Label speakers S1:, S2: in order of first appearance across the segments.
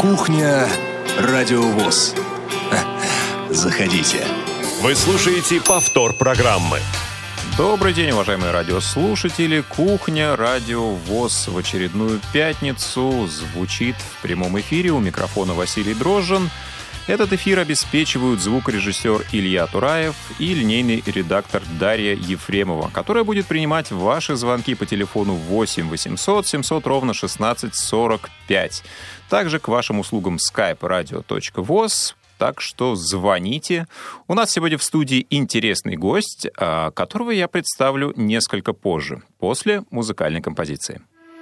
S1: Кухня Радио ВОС. Заходите.
S2: Вы слушаете повтор программы.
S3: Добрый день, уважаемые радиослушатели. Кухня Радио ВОС в очередную пятницу звучит в прямом эфире. У микрофона Василий Дрожжин. Этот эфир обеспечивают звукорежиссер Илья Тураев и линейный редактор Дарья Ефремова, которая будет принимать ваши звонки по телефону 8 800 700 ровно 1645. Также к вашим услугам skype radio.voz. Так что звоните. У нас сегодня в студии интересный гость, которого я представлю несколько позже, после музыкальной композиции.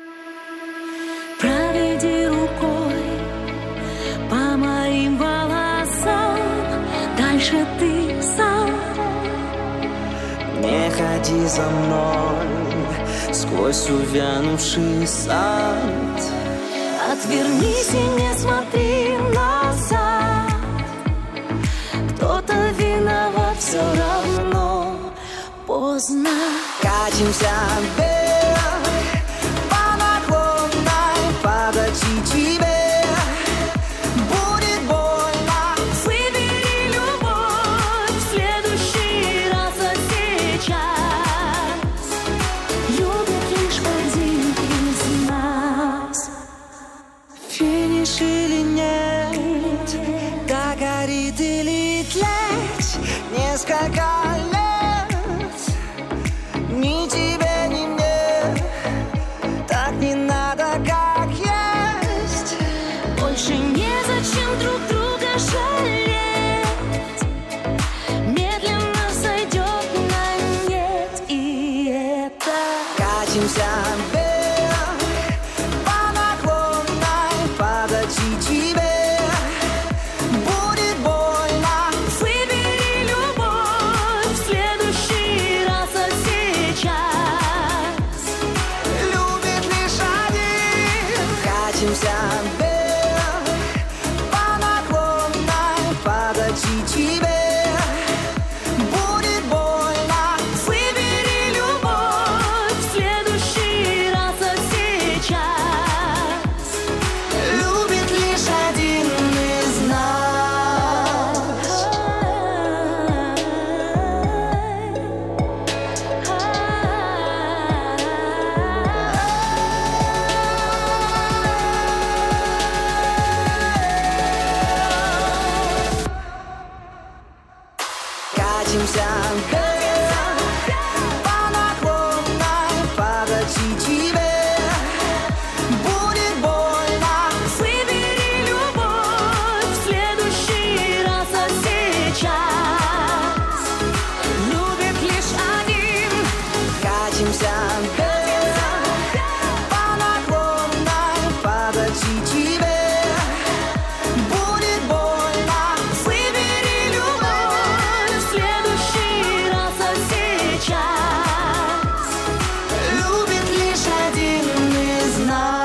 S4: Проведи рукой по моим волосам, дальше ты сам.
S5: Не ходи за мной сквозь увянувший сад.
S4: Отвернись и не смотри назад. Кто-то виноват, все равно поздно.
S5: Катимся вверх по наклонной, подойти тебе будет больно.
S4: Выбери любовь в следующий раз, а сейчас любит лишь один из нас.
S5: Финиш или нет, догорит или тлеть несколько лет. Ни тебе, ни мне так не надо, как есть.
S4: Больше незачем друг друга жалеть. Медленно сойдет на нет, и это
S5: Катимся вверх по наклонной, подойти тебе будет больно.
S4: выбери любовь в следующий раз, а сейчас
S5: Любит лишь один. Катимся вверх по наклонной, подойти тебе будет больно.
S4: выбери любовь в следующий раз, а сейчас
S5: Любит лишь один из нас. Катимся вверх по наклонной, подойти тебе будет больно.
S4: Выбери любовь в следующий раз, а сейчас любит лишь один.
S5: Катимся вверх по наклонной, подойти тебе будет больно.
S4: Выбери любовь в следующий раз, а сейчас
S5: Любит лишь один из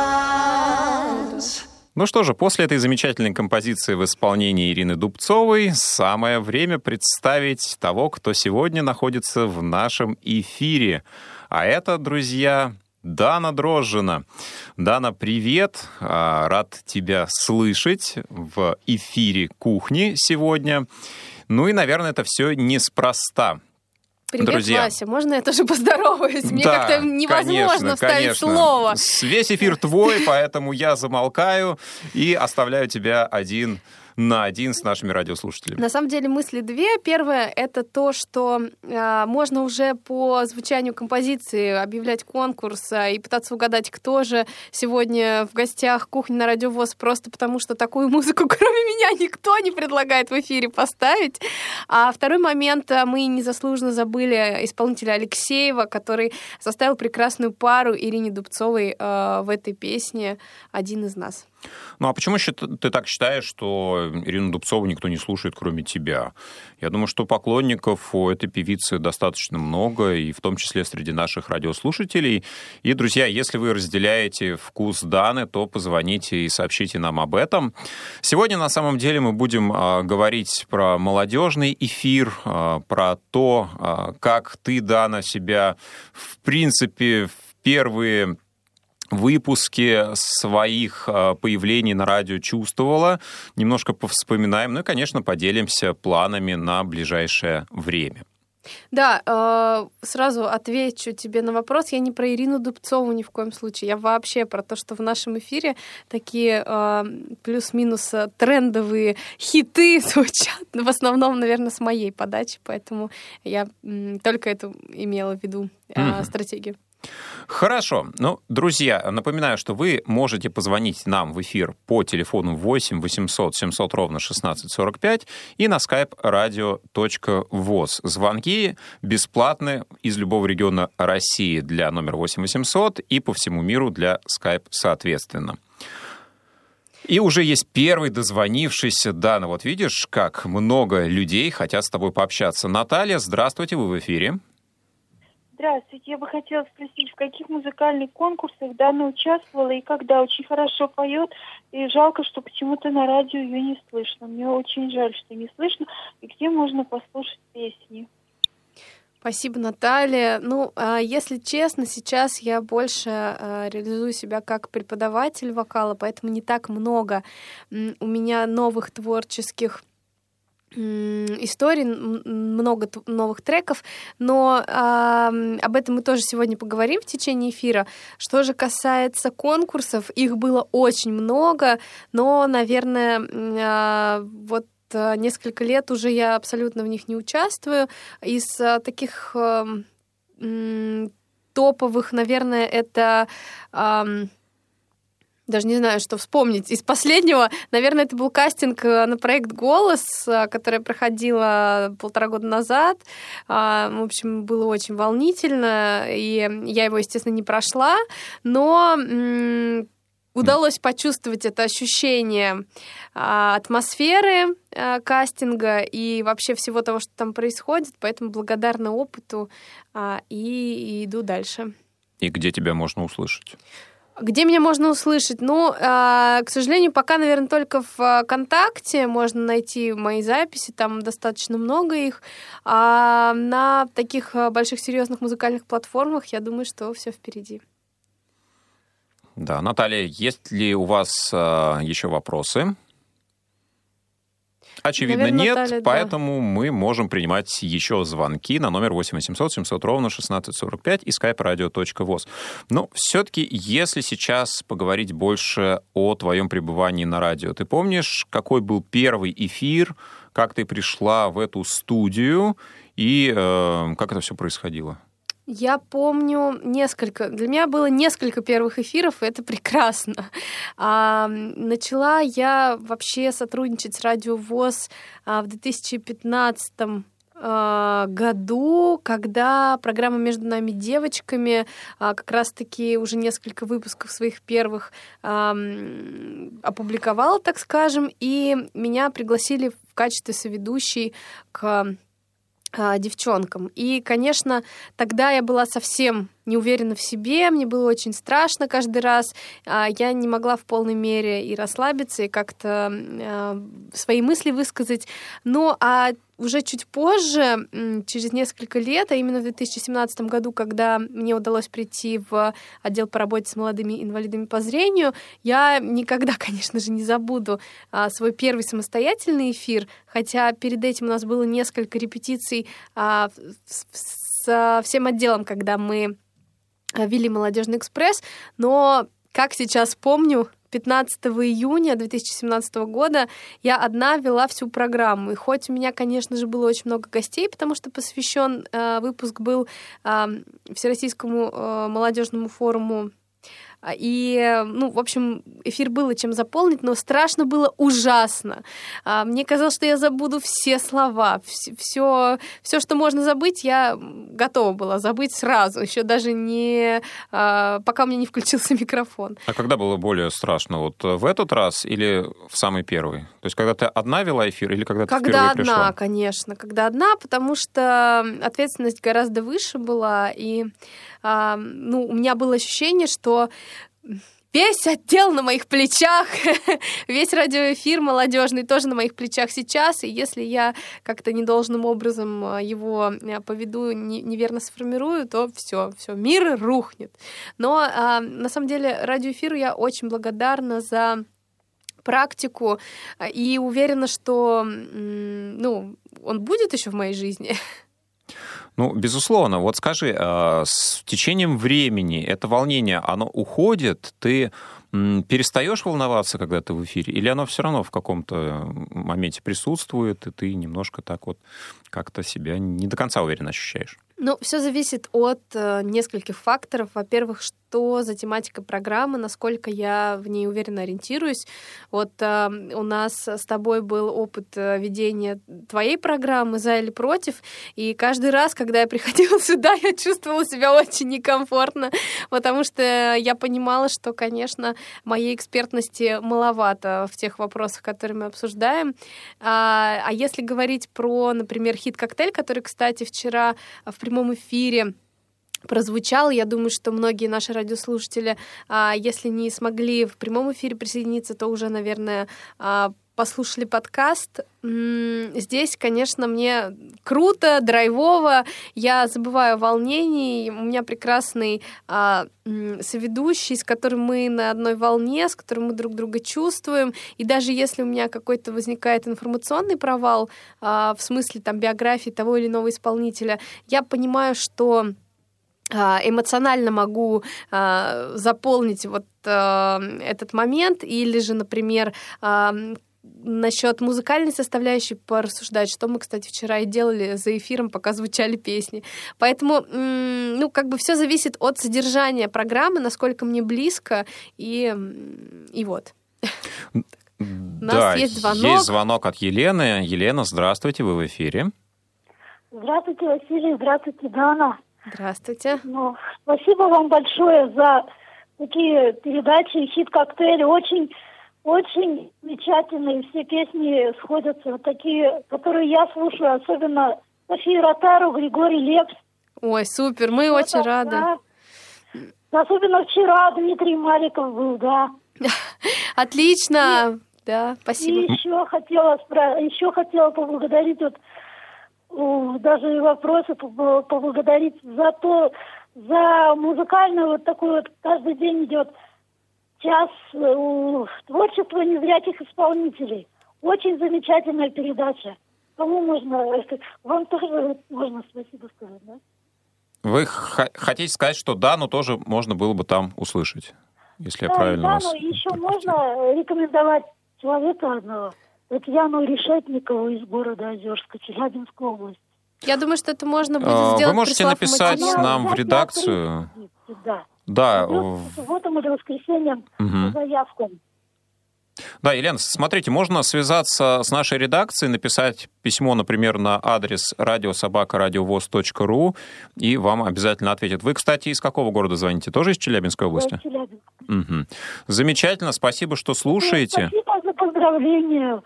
S5: нас.
S3: Ну что же, после этой замечательной композиции в исполнении Ирины Дубцовой самое время представить того, кто сегодня находится в нашем эфире. А это, друзья, Дана Дрожжина. Дана, привет! Рад тебя слышать в эфире кухни сегодня. Ну и, наверное, это все неспроста.
S6: Привет,
S3: друзья.
S6: Вася, можно я тоже поздороваюсь? Мне
S3: Да,
S6: как-то невозможно вставить слово.
S3: Весь эфир твой, поэтому я замолкаю и оставляю тебя один на один с нашими радиослушателями.
S6: На самом деле мысли две. Первое — это то, что можно уже по звучанию композиции объявлять конкурс и пытаться угадать, кто же сегодня в гостях кухни на Радио ВОС, просто потому что такую музыку, кроме меня, никто не предлагает в эфире поставить. А второй момент. Мы незаслуженно забыли исполнителя Алексеева, который составил прекрасную пару Ирине Дубцовой в этой песне «Один из нас».
S3: Ну а почему ты так считаешь, что Ирину Дубцову никто не слушает, кроме тебя? Я думаю, что поклонников у этой певицы достаточно много, и в том числе среди наших радиослушателей. И, друзья, если вы разделяете вкус Даны, то позвоните и сообщите нам об этом. Сегодня, на самом деле, мы будем говорить про молодежный эфир, про то, как ты, Дана, себя, в принципе, в первые выпуске своих появлений на радио чувствовала. Немножко повспоминаем, ну и, конечно, поделимся планами на ближайшее время.
S6: Да, сразу отвечу тебе на вопрос. Я не про Ирину Дубцову ни в коем случае. Я вообще про то, что в нашем эфире такие плюс-минус трендовые хиты звучат. В основном, наверное, с моей подачи. Поэтому я только это имела в виду стратегию.
S3: Хорошо. Ну, друзья, напоминаю, что вы можете позвонить нам в эфир по телефону 8 800 700 ровно 1645 и на skype radio.voz. Звонки бесплатны из любого региона России для номера 8 800 и по всему миру для skype соответственно. И уже есть первый дозвонившийся. Дана, вот видишь, как много людей хотят с тобой пообщаться. Наталья, здравствуйте, вы в эфире.
S7: Здравствуйте. Я бы хотела спросить, в каких музыкальных конкурсах Дана участвовала и когда? Очень хорошо поет, и жалко, что почему-то на радио ее не слышно. Мне очень жаль, что не слышно. И где можно послушать песни?
S6: Спасибо, Наталья. Ну, если честно, сейчас я больше реализую себя как преподаватель вокала, поэтому не так много у меня новых творческих историй, много новых треков, но об этом мы тоже сегодня поговорим в течение эфира. Что же касается конкурсов, их было очень много, но, наверное, вот несколько лет уже я абсолютно в них не участвую. Из таких топовых, наверное, это... Даже не знаю, что вспомнить. Из последнего, наверное, это был кастинг на проект «Голос», который проходила 1,5 года назад. В общем, было очень волнительно, и я его, естественно, не прошла, но удалось почувствовать это ощущение атмосферы кастинга и вообще всего того, что там происходит, поэтому благодарна опыту и иду дальше.
S3: И где тебя можно услышать?
S6: Где меня можно услышать? Ну, к сожалению, пока, наверное, только в ВКонтакте можно найти мои записи, там достаточно много их. А на таких больших серьезных музыкальных платформах, я думаю, что все впереди.
S3: Да, Наталья, есть ли у вас еще вопросы? Очевидно, наверное, нет, Наталья, поэтому мы можем принимать еще звонки на номер 8 800 700 ровно 1645 и skype radio.voz. Но все-таки, если сейчас поговорить больше о твоем пребывании на радио, ты помнишь, какой был первый эфир, как ты пришла в эту студию и как это все происходило?
S6: Я помню для меня было несколько первых эфиров, и это прекрасно. Начала я вообще сотрудничать с Радио ВОС в 2015 году, когда программа «Между нами девочками» как раз-таки уже несколько выпусков своих первых опубликовала, так скажем, и меня пригласили в качестве соведущей к девчонкам. И, конечно, тогда я была совсем не уверена в себе, мне было очень страшно каждый раз. Я не могла в полной мере и расслабиться, и как-то свои мысли высказать. Ну, а уже чуть позже, через несколько лет, а именно в 2017 году, когда мне удалось прийти в отдел по работе с молодыми инвалидами по зрению, я никогда, конечно же, не забуду свой первый самостоятельный эфир, хотя перед этим у нас было несколько репетиций с всем отделом, когда мы вели «Молодежный экспресс», но, как сейчас помню, 15 июня 2017 года я одна вела всю программу. И хоть у меня, конечно же, было очень много гостей, потому что посвящен выпуск был Всероссийскому молодежному форуму. И, ну, в общем, эфир было чем заполнить, но страшно было ужасно. Мне казалось, что я забуду все слова, все, что можно забыть, я готова была забыть сразу, еще даже не пока у меня не включился микрофон.
S3: А когда было более страшно? Вот в этот раз или в самый первый? То есть когда ты одна вела эфир или когда ты впервые пришла?
S6: Когда одна, конечно, когда одна, потому что ответственность гораздо выше была, и у меня было ощущение, что Весь отдел на моих плечах, весь радиоэфир молодежный тоже на моих плечах сейчас, и если я как-то недолжным образом его поведу, неверно сформирую, то все, мир рухнет. Но на самом деле радиоэфиру я очень благодарна за практику и уверена, что он будет еще в моей жизни.
S3: Ну, безусловно. Вот скажи, с течением времени это волнение, оно уходит? Ты перестаешь волноваться, когда ты в эфире? Или оно все равно в каком-то моменте присутствует, и ты немножко так вот как-то себя не до конца уверенно ощущаешь?
S6: Ну, все зависит от нескольких факторов. Во-первых, что за тематика программы, насколько я в ней уверенно ориентируюсь. Вот у нас с тобой был опыт ведения твоей программы «За или против», и каждый раз, когда я приходила сюда, я чувствовала себя очень некомфортно, потому что я понимала, что, конечно, моей экспертности маловато в тех вопросах, которые мы обсуждаем. А если говорить про, например, хит-коктейль, который, кстати, вчера в прямом эфире прозвучал. Я думаю, что многие наши радиослушатели, если не смогли в прямом эфире присоединиться, то уже, наверное, послушали подкаст. Здесь, конечно, мне круто, драйвово. Я забываю о волнении. У меня прекрасный соведущий, с которым мы на одной волне, с которым мы друг друга чувствуем. И даже если у меня какой-то возникает информационный провал, в смысле там биографии того или иного исполнителя, я понимаю, что эмоционально могу заполнить вот этот момент, или же, например, насчет музыкальной составляющей порассуждать, что мы, кстати, вчера и делали за эфиром, пока звучали песни. Поэтому, все зависит от содержания программы, насколько мне близко, и вот. У нас есть звонок.
S3: Есть звонок от Елены. Елена, здравствуйте, вы в эфире.
S8: Здравствуйте, Василий, здравствуйте, Дана.
S6: Здравствуйте.
S8: Спасибо вам большое за такие передачи, хит-коктейли. Очень замечательные, все песни сходятся, такие, которые я слушаю, особенно Софию Ротару, Григорий Лепс.
S6: Ой, супер, мы очень рады.
S8: Да. Особенно вчера Дмитрий Маликов был, да.
S6: Отлично, да, спасибо.
S8: И еще хотела поблагодарить, даже вопросы поблагодарить за музыкальную вот такую вот, каждый день идет час творчества незрячих исполнителей. Очень замечательная передача. Кому вам тоже можно спасибо сказать, да?
S3: Вы хотите сказать, что да, но тоже можно было бы там услышать, если я правильно вас...
S8: Да, но еще можно рекомендовать человека одного, Татьяну Решетникову из города Озерска, Челябинской области.
S6: Я думаю, что это можно будет сделать.
S3: Вы можете написать нам в редакцию. Да.
S8: В субботу или воскресенье по заявкам.
S3: Да, Елена, смотрите, можно связаться с нашей редакцией, написать письмо, например, на адрес radiosobaka.radiovoz.ru, и вам обязательно ответят. Вы, кстати, из какого города звоните? Тоже из Челябинской области?
S8: Да, Челябинск.
S3: Угу. Замечательно, спасибо, что слушаете.
S8: Спасибо за поздравления.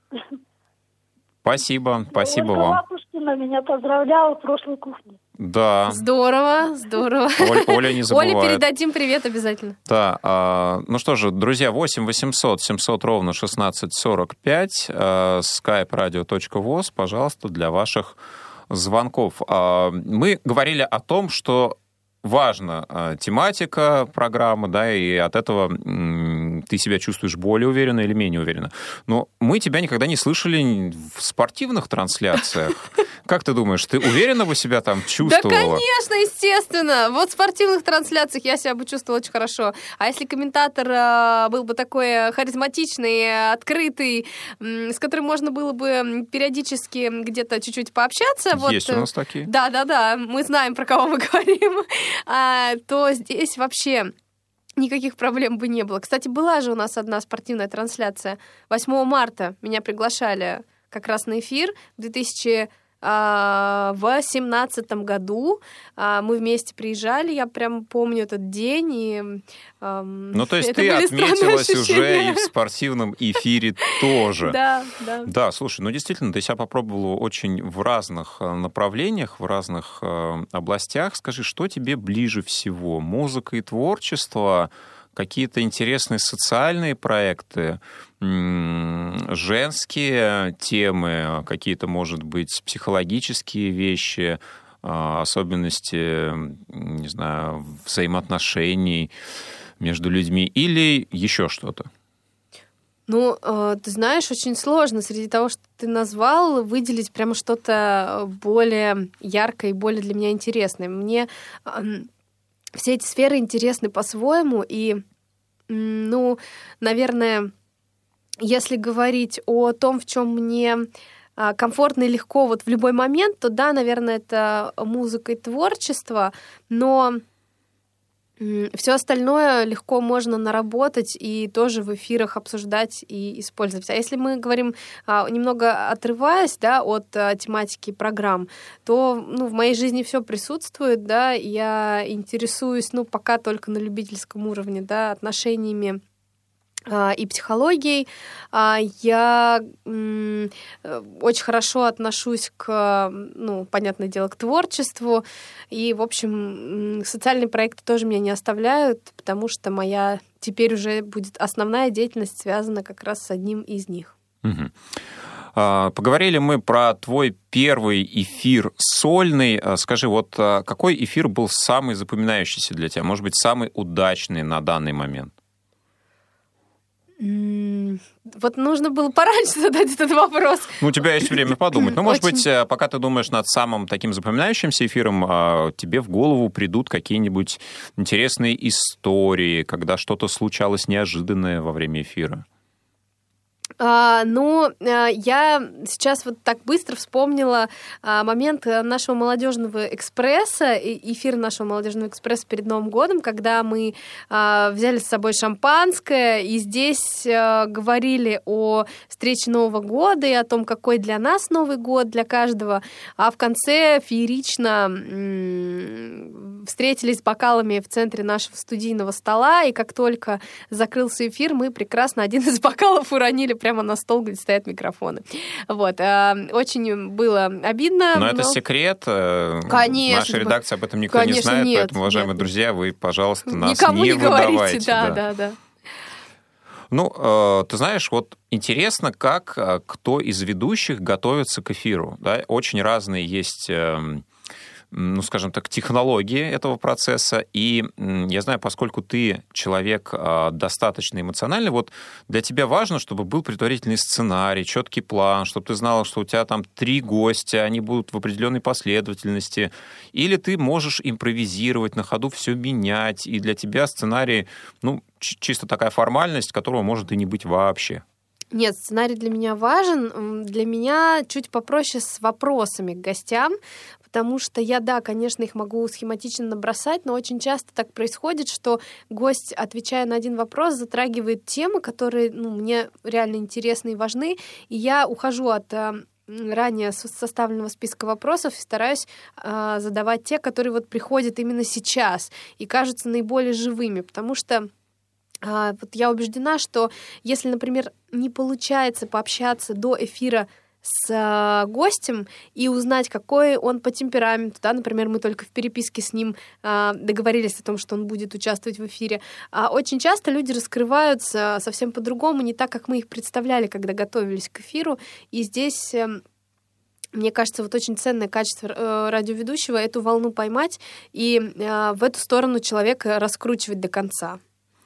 S3: Спасибо
S8: Ольга
S3: вам.
S8: Лапушкина меня поздравляла в прошлой кухне.
S3: Да.
S6: Здорово.
S3: Оля не забывает.
S6: Оле передадим привет обязательно.
S3: Да. Ну что же, друзья, 8 800 700 ровно 1645, skype-radio.voz, пожалуйста, для ваших звонков. Мы говорили о том, что важна тематика программы, да, и от этого ты себя чувствуешь более уверенно или менее уверенно. Но мы тебя никогда не слышали в спортивных трансляциях. Как ты думаешь, ты уверенно бы себя там чувствовала?
S6: Да, конечно, естественно. Вот в спортивных трансляциях я себя бы чувствовала очень хорошо. А если комментатор был бы такой харизматичный, открытый, с которым можно было бы периодически где-то чуть-чуть пообщаться.
S3: Есть у нас такие.
S6: Да, мы знаем, про кого мы говорим. То здесь вообще никаких проблем бы не было. Кстати, была же у нас одна спортивная трансляция. 8 марта меня приглашали как раз на эфир в 2018 году. Мы вместе приезжали, я прям помню этот день. И,
S3: ну, то есть ты отметилась уже и в спортивном эфире тоже.
S6: Да.
S3: Да, слушай, ну действительно, ты себя попробовала очень в разных направлениях, в разных областях. Скажи, что тебе ближе всего? Музыка и творчество, какие-то интересные социальные проекты, женские темы, какие-то, может быть, психологические вещи, особенности, не знаю, взаимоотношений между людьми или еще что-то?
S6: Ну, ты знаешь, очень сложно среди того, что ты назвал, выделить прямо что-то более яркое и более для меня интересное. Мне все эти сферы интересны по-своему, и, ну, наверное, если говорить о том, в чем мне комфортно и легко вот в любой момент, то да, наверное, это музыка и творчество, но все остальное легко можно наработать и тоже в эфирах обсуждать и использовать. А если мы говорим, немного отрываясь, да, от тематики программ, то в моей жизни все присутствует, да, я интересуюсь, пока только на любительском уровне, да, отношениями и психологией. Я очень хорошо отношусь к, понятное дело, к творчеству. И, в общем, социальные проекты тоже меня не оставляют, потому что моя теперь уже будет основная деятельность связана как раз с одним из них.
S3: Угу. Поговорили мы про твой первый эфир сольный. Скажи, вот какой эфир был самый запоминающийся для тебя? Может быть, самый удачный на данный момент?
S6: Вот нужно было пораньше задать этот вопрос.
S3: У тебя есть время подумать. Может быть, пока ты думаешь над самым таким запоминающимся эфиром, тебе в голову придут какие-нибудь интересные истории, когда что-то случалось неожиданное во время эфира.
S6: Я сейчас вот так быстро вспомнила момент нашего молодежного экспресса, эфир нашего молодежного экспресса перед Новым годом, когда мы взяли с собой шампанское и здесь говорили о встрече Нового года и о том, какой для нас Новый год, для каждого, а в конце феерично встретились с бокалами в центре нашего студийного стола, и как только закрылся эфир, мы прекрасно один из бокалов уронили прямо на стол, где стоят микрофоны. Вот. Очень было обидно.
S3: Но это секрет.
S6: Конечно.
S3: Наша редакция об этом никто не знает,
S6: нет,
S3: поэтому, уважаемые друзья, вы, пожалуйста, нас
S6: никому
S3: не выдавайте.
S6: Говорите. Да.
S3: Ты знаешь, вот интересно, как кто из ведущих готовится к эфиру. Да? Очень разные есть, скажем так, технологии этого процесса. И я знаю, поскольку ты человек достаточно эмоциональный, вот для тебя важно, чтобы был предварительный сценарий, четкий план, чтобы ты знала, что у тебя там 3 гостя, они будут в определенной последовательности. Или ты можешь импровизировать, на ходу все менять, и для тебя сценарий, чисто такая формальность, которого может и не быть вообще.
S6: Нет, сценарий для меня важен. Для меня чуть попроще с вопросами к гостям, потому что я, да, конечно, их могу схематично набросать, но очень часто так происходит, что гость, отвечая на один вопрос, затрагивает темы, которые мне реально интересны и важны, и я ухожу от ранее составленного списка вопросов и стараюсь задавать те, которые вот приходят именно сейчас и кажутся наиболее живыми, потому что вот я убеждена, что если, например, не получается пообщаться до эфира с гостем и узнать, какой он по темпераменту, да, например, мы только в переписке с ним договорились о том, что он будет участвовать в эфире, очень часто люди раскрываются совсем по-другому, не так, как мы их представляли, когда готовились к эфиру, и здесь... Мне кажется, вот очень ценное качество радиоведущего — эту волну поймать и в эту сторону человека раскручивать до конца.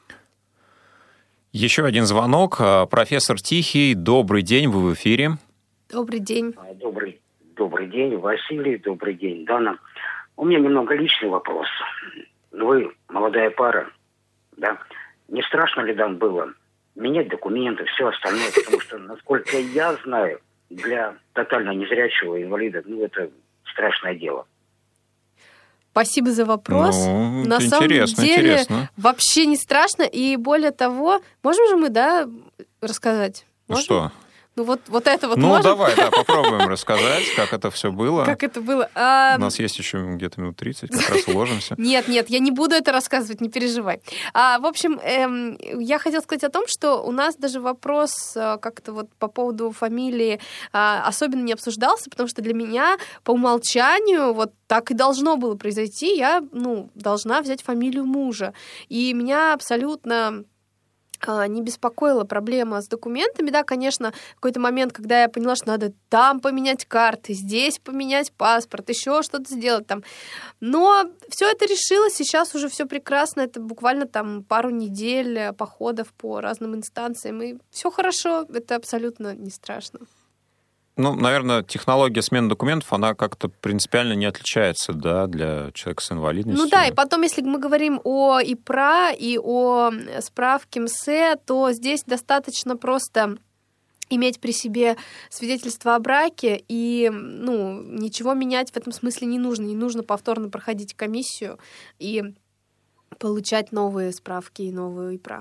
S3: Еще один звонок. Профессор Тихий, добрый день, вы в эфире.
S6: Добрый день.
S9: Добрый день, Василий, добрый день, Дана. У меня немного личный вопрос. Вы молодая пара, да? Не страшно ли там было менять документы, все остальное? Потому что, насколько я знаю, для тотально незрячего инвалида, это страшное дело.
S6: Спасибо за вопрос. На самом деле интересно. Вообще не страшно. И более того, можем же мы, рассказать?
S3: Можем? Что?
S6: Ну вот это вот
S3: Ну,
S6: можно?
S3: давай, да, попробуем рассказать, как это все было.
S6: Как это было?
S3: У нас есть еще где-то минут 30, как раз уложимся.
S6: Нет, я не буду это рассказывать, не переживай. В общем, я хотела сказать о том, что у нас даже вопрос как-то вот по поводу фамилии особенно не обсуждался, потому что для меня по умолчанию вот так и должно было произойти. Я, должна взять фамилию мужа. И меня абсолютно не беспокоила проблема с документами. Да, конечно, в какой-то момент, когда я поняла, что надо там поменять карты, здесь поменять паспорт, еще что-то сделать там. Но все это решилось, сейчас уже все прекрасно. Это буквально там пару недель походов по разным инстанциям, и все хорошо, это абсолютно не страшно.
S3: Ну, наверное, технология смены документов, она как-то принципиально не отличается, да, для человека с инвалидностью.
S6: Ну да, и потом, если мы говорим о ИПРА и о справке МСЭ, то здесь достаточно просто иметь при себе свидетельство о браке, и ничего менять в этом смысле не нужно. Не нужно повторно проходить комиссию и получать новые справки и новую ИПРА.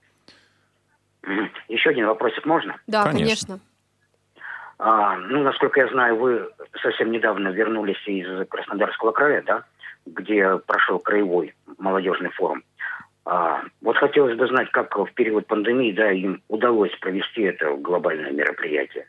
S9: Еще один вопросик можно?
S6: Да, конечно.
S9: Насколько я знаю, вы совсем недавно вернулись из Краснодарского края, да, где прошел краевой молодежный форум. Вот хотелось бы знать, как в период пандемии, да, им удалось провести это глобальное мероприятие.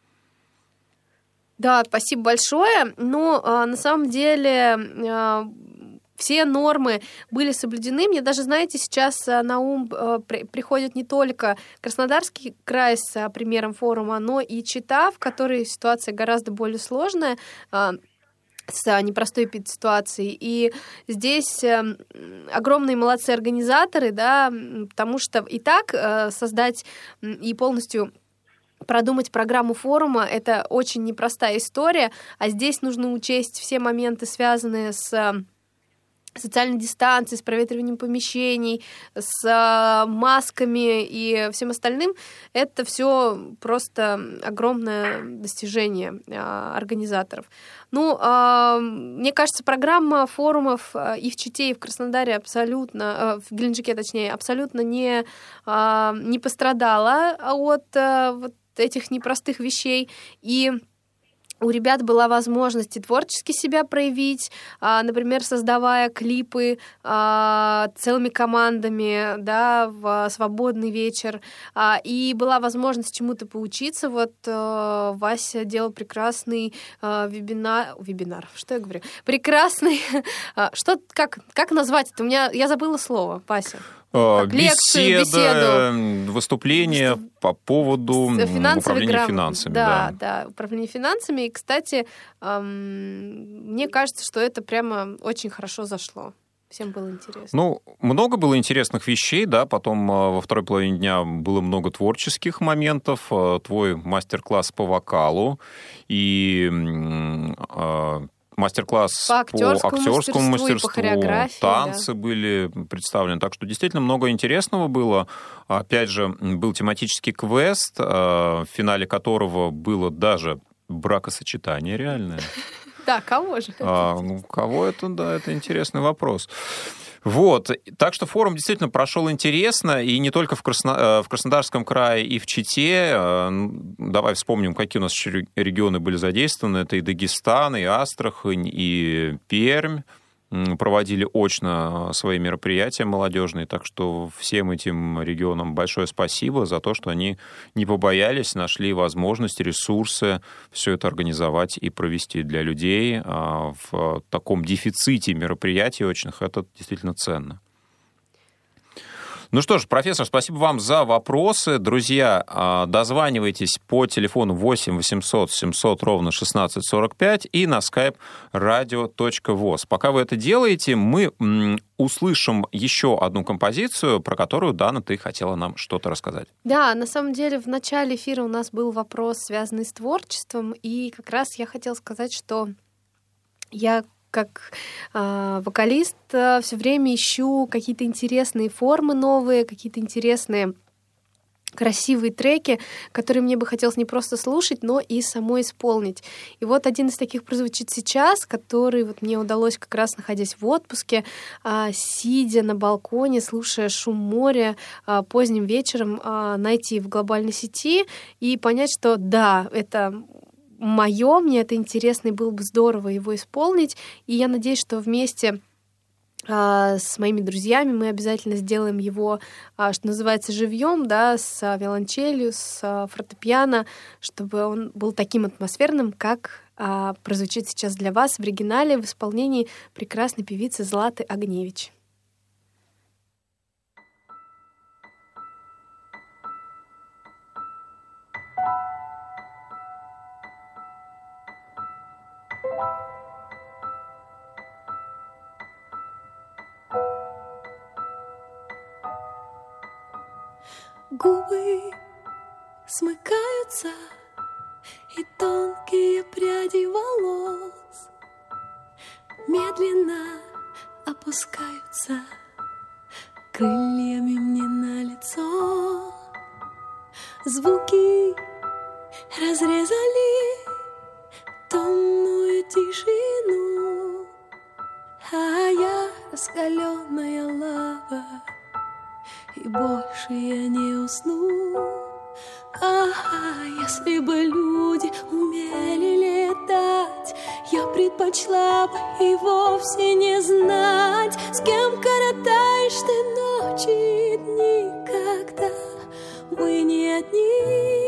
S6: Да, спасибо большое. На самом деле все нормы были соблюдены. Мне даже, знаете, сейчас на ум приходит не только Краснодарский край с примером форума, но и Чита, в которой ситуация гораздо более сложная, с непростой ситуацией. И здесь огромные молодцы организаторы, да, потому что и так создать и полностью продумать программу форума — это очень непростая история, а здесь нужно учесть все моменты, связанные с социальной дистанцией, с проветриванием помещений, с масками и всем остальным. Это все просто огромное достижение организаторов. Мне кажется, программа форумов и в Чите, и в Краснодаре абсолютно, в Геленджике, точнее, абсолютно не пострадала от вот этих непростых вещей. И у ребят была возможность и творчески себя проявить, например, создавая клипы целыми командами, да, в свободный вечер. И была возможность чему-то поучиться. Вот Вася делал прекрасный вебинар. Что я говорю? Прекрасный... Как назвать это? Я забыла слово, Вася.
S3: Беседу, выступление по поводу управления финансами.
S6: Да, управление финансами. И, кстати, мне кажется, что это прямо очень хорошо зашло. Всем было интересно.
S3: Много было интересных вещей, да, потом во второй половине дня было много творческих моментов, твой мастер-класс по вокалу и мастер-класс по актерскому мастерству, танцы были представлены. Так что действительно много интересного было. Опять же, был тематический квест, в финале которого было даже бракосочетание реальное.
S6: Да, кого же?
S3: Кого это, да, это интересный вопрос. Вот. Так что форум действительно прошел интересно, и не только в Краснодарском крае, и в Чите. Давай вспомним, какие у нас еще регионы были задействованы. Это и Дагестан, и Астрахань, и Пермь. Проводили очно свои мероприятия молодежные, так что всем этим регионам большое спасибо за то, что они не побоялись, нашли возможность, ресурсы все это организовать и провести для людей в таком дефиците мероприятий очных. Это действительно ценно. Ну что ж, профессор, спасибо вам за вопросы. Друзья, дозванивайтесь по телефону 8 800 700 ровно 1645 и на skype radio.voz. Пока вы это делаете, мы услышим еще одну композицию, про которую, Дана, ты хотела нам что-то рассказать.
S6: Да, на самом деле в начале эфира у нас был вопрос, связанный с творчеством, и как раз я хотела сказать, что я как вокалист все время ищу какие-то интересные формы новые, какие-то интересные красивые треки, которые мне бы хотелось не просто слушать, но и самой исполнить. И вот один из таких прозвучит сейчас, который вот мне удалось как раз, находясь в отпуске, сидя на балконе, слушая шум моря, поздним вечером найти в глобальной сети и понять, что да, это моё, мне это интересно, и было бы здорово его исполнить. И я надеюсь, что вместе с моими друзьями мы обязательно сделаем его, что называется, живьем, да, с виолончелью, с фортепиано, чтобы он был таким атмосферным, как прозвучит сейчас для вас в оригинале в исполнении прекрасной певицы Златы Огневич.
S4: Губы смыкаются, и тонкие пряди волос медленно опускаются крыльями мне на лицо. Звуки разрезали томную тишину, а я раскаленная лава, и больше я не усну. Если бы люди умели летать, я предпочла бы и вовсе не знать, с кем коротаешь ты ночи и дни, когда мы не одни.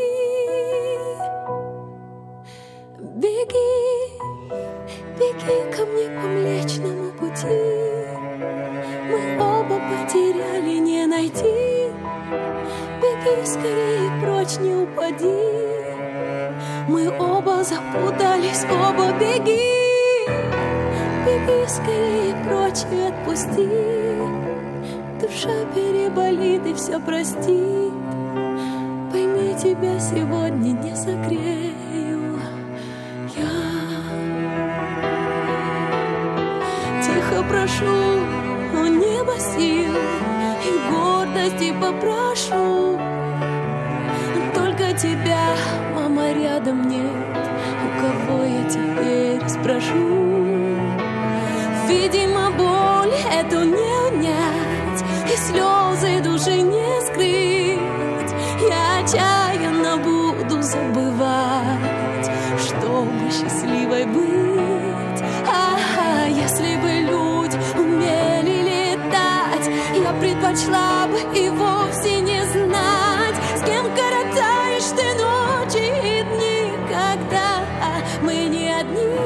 S4: Беги, беги ко мне по Млечному пути, мы оба потеряли, не найти. Беги скорее прочь, не упади, мы оба запутались, оба беги. Беги скорее прочь и отпусти, душа переболит и все простит. Пойми, тебя сегодня не согрею я. Тихо прошу у неба сил и гордости попрошу, только тебя, мама, рядом нет, у кого я теперь спрошу. Видимо, боль эту не унять, и слезы души не скрыть. Я отчаянно буду забывать, чтобы счастливой быть. Если бы люди умели летать, я предпочла бы и вовсе не знать, с кем коротаешь ты ночи и дни, когда мы не одни.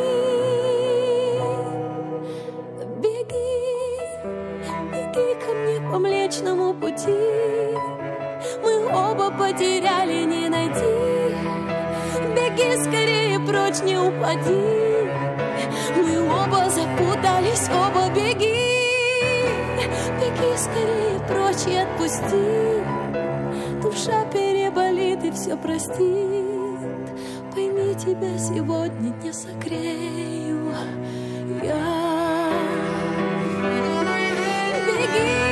S4: Беги, беги ко мне по Млечному пути, мы оба потеряли, не найти. Беги скорее прочь, не упади, мы оба запутались, оба беги. Беги скорее прочь и отпусти, душа переболит и все простит. Пойми, тебя сегодня не согрею я. Беги.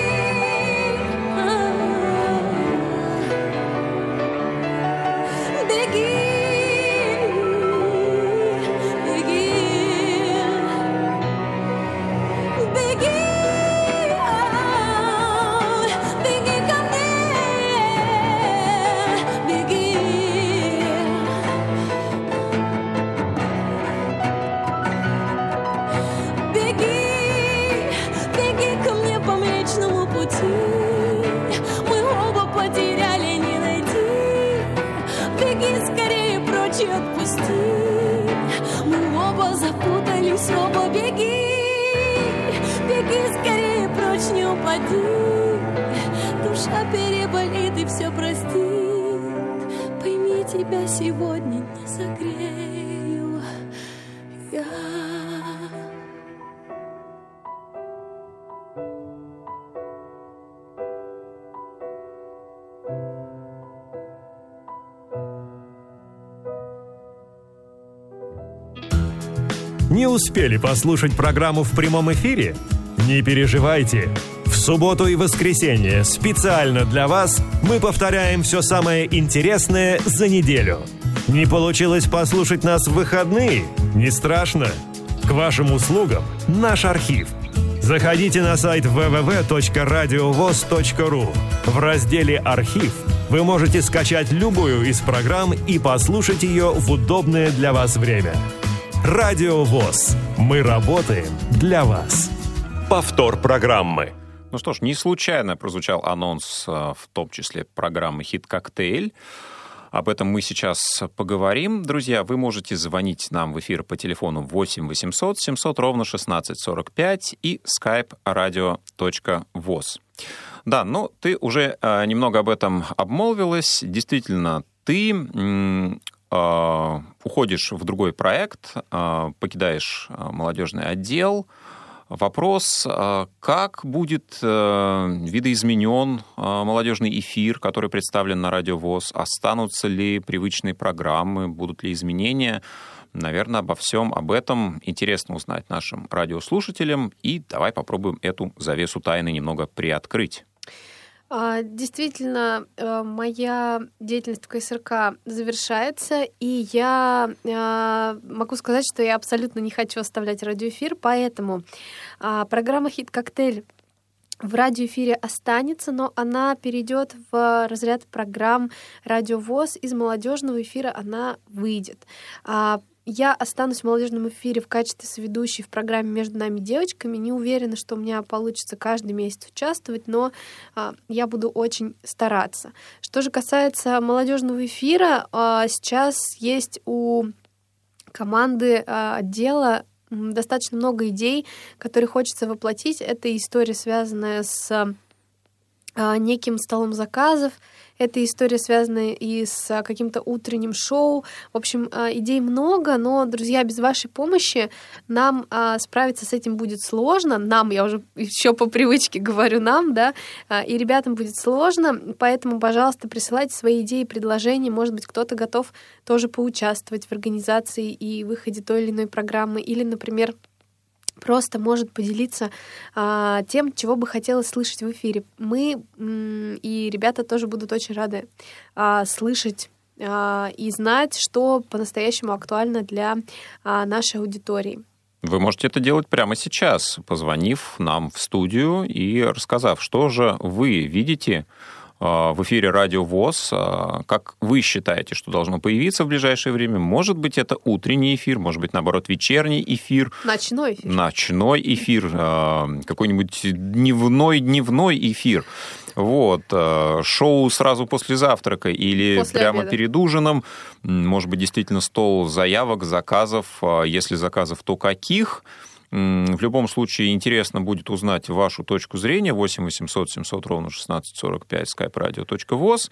S4: Отпусти, мы оба запутались, оба беги. Беги скорее прочь, не упади, душа переболит и все простит. Пойми, тебя сегодня не согрею я.
S2: Не успели послушать программу в прямом эфире? Не переживайте. В
S10: субботу и воскресенье специально для вас мы повторяем все самое интересное за неделю. Не получилось послушать нас в выходные? Не страшно. К вашим услугам наш архив. Заходите на сайт www.radiovoz.ru. В разделе «Архив» вы можете скачать любую из программ и послушать ее в удобное для вас время. Радио ВОС. Мы работаем для вас.
S2: Повтор программы.
S3: Ну что ж, не случайно прозвучал анонс, в том числе программы «Хит-коктейль». Об этом мы сейчас поговорим. Друзья, вы можете звонить нам в эфир по телефону 8 800 700 ровно 1645 и skype radio.voz. Да, ну ты уже немного об этом обмолвилась. Действительно, ты уходишь в другой проект, покидаешь молодежный отдел. Вопрос, как будет видоизменен молодежный эфир, который представлен на Радио ВОС? Останутся ли привычные программы? Будут ли изменения? Наверное, обо всем об этом интересно узнать нашим радиослушателям. И давай попробуем эту завесу тайны немного приоткрыть.
S6: Действительно, моя деятельность в КСРК завершается, и я могу сказать, что я абсолютно не хочу оставлять радиоэфир, поэтому программа «Хит-коктейль» в радиоэфире останется, но она перейдет в разряд программ Радио ВОС. Из молодежного эфира она выйдет. Я останусь в молодежном эфире в качестве соведущей в программе «Между нами девочками». Не уверена, что у меня получится каждый месяц участвовать, но я буду очень стараться. Что же касается молодежного эфира, сейчас есть у команды отдела достаточно много идей, которые хочется воплотить. Это история, связанная с неким столом заказов. Это история, связанная и с каким-то утренним шоу. В общем, идей много, но, друзья, без вашей помощи нам справиться с этим будет сложно. Нам, я уже еще по привычке говорю нам, да, и ребятам будет сложно. Поэтому, пожалуйста, присылайте свои идеи, предложения. Может быть, кто-то готов тоже поучаствовать в организации и выходе той или иной программы. Или, например, просто может поделиться тем, чего бы хотелось слышать в эфире. Мы и ребята тоже будут очень рады слышать и знать, что по-настоящему актуально для нашей аудитории.
S3: Вы можете это делать прямо сейчас, позвонив нам в студию и рассказав, что же вы видите в эфире Радио ВОС, как вы считаете, что должно появиться в ближайшее время. Может быть, это утренний эфир, может быть, наоборот, вечерний эфир.
S6: Ночной эфир.
S3: Ночной эфир, какой-нибудь дневной эфир. Вот, шоу сразу после завтрака или
S6: после
S3: прямо
S6: обеда.
S3: Перед ужином. Может быть, действительно стол заявок, заказов. Если заказов, то каких? В любом случае, интересно будет узнать вашу точку зрения. 8 800 700 ровно 1645, skype-radio.voz.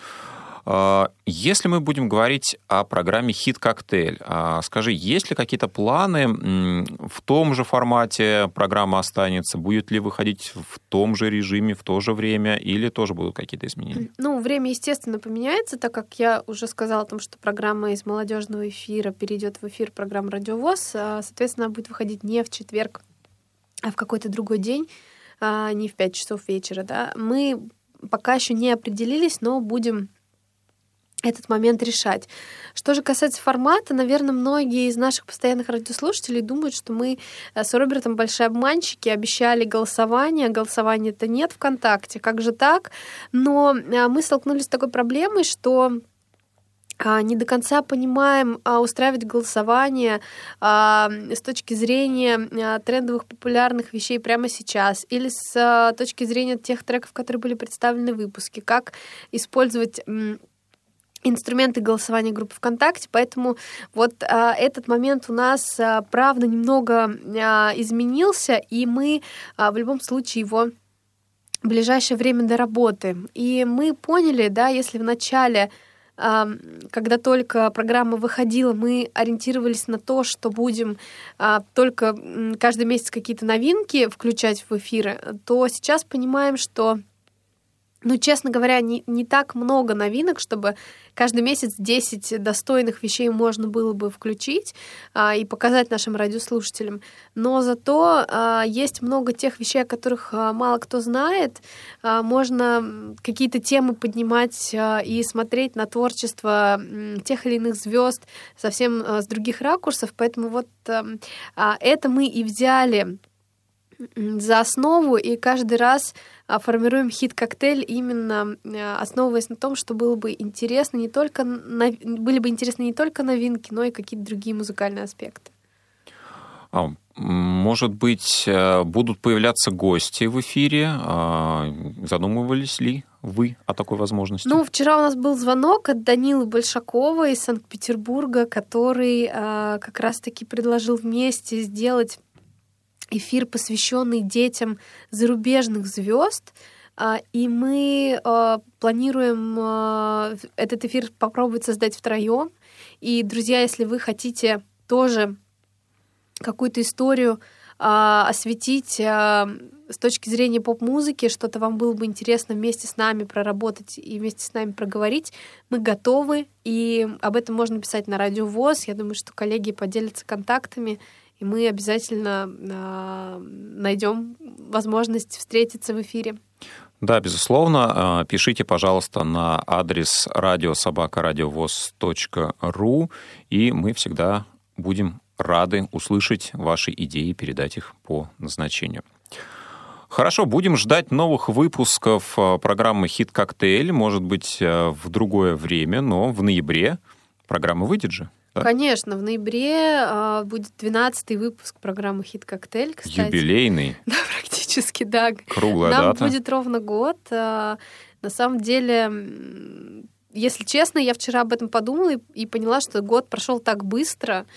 S3: Если мы будем говорить о программе «Хит-коктейль», скажи, есть ли какие-то планы в том же формате программа останется? Будет ли выходить в том же режиме, в то же время, или тоже будут какие-то изменения?
S6: Ну, время, естественно, поменяется, так как я уже сказала о том, что программа из молодежного эфира перейдет в эфир программы «Радио ВОС». Соответственно, она будет выходить не в четверг, а в какой-то другой день, не в 5 часов вечера. Да? Мы пока еще не определились, но будем этот момент решать. Что же касается формата, наверное, многие из наших постоянных радиослушателей думают, что мы с Робертом большие обманщики, обещали голосование. Голосования-то нет ВКонтакте. Как же так? Но мы столкнулись с такой проблемой, что не до конца понимаем устраивать голосование с точки зрения трендовых популярных вещей прямо сейчас или с точки зрения тех треков, которые были представлены в выпуске, как использовать инструменты голосования группы ВКонтакте, поэтому вот этот момент у нас, правда, немного изменился, и мы в любом случае его в ближайшее время доработаем. И мы поняли, да, если в начале, когда только программа выходила, мы ориентировались на то, что будем только каждый месяц какие-то новинки включать в эфиры, то сейчас понимаем, что Ну, честно говоря, не так много новинок, чтобы каждый месяц 10 достойных вещей можно было бы включить и показать нашим радиослушателям. Но зато есть много тех вещей, о которых мало кто знает. Можно какие-то темы поднимать и смотреть на творчество тех или иных звезд совсем с других ракурсов. Поэтому вот это мы и взяли за основу, и каждый раз формируем хит-коктейль, именно основываясь на том, что было бы интересно были бы интересны не только новинки, но и какие-то другие музыкальные аспекты.
S3: Может быть, будут появляться гости в эфире? Задумывались ли вы о такой возможности?
S6: Ну, вчера у нас был звонок от Данилы Большакова из Санкт-Петербурга, который как раз-таки предложил вместе сделать эфир, посвященный детям зарубежных звезд, и мы планируем этот эфир попробовать создать втроем. И, друзья, если вы хотите тоже какую-то историю осветить с точки зрения поп-музыки, что-то вам было бы интересно вместе с нами проработать и вместе с нами проговорить, мы готовы, и об этом можно писать на Радио ВОС. Я думаю, что коллеги поделятся контактами, и мы обязательно найдем возможность встретиться в эфире.
S3: Да, безусловно. Пишите, пожалуйста, на адрес radio@radiovoz.ru, и мы всегда будем рады услышать ваши идеи и передать их по назначению. Хорошо, будем ждать новых выпусков программы «Хит-коктейль», может быть, в другое время, но в ноябре программа выйдет же. Да?
S6: Конечно, в ноябре будет 12-й выпуск программы «Хит-коктейль», кстати.
S3: Юбилейный.
S6: Да, практически, да.
S3: Круглая
S6: Нам
S3: дата.
S6: будет ровно год. На самом деле, если честно, я вчера об этом подумала и поняла, что год прошел так быстро,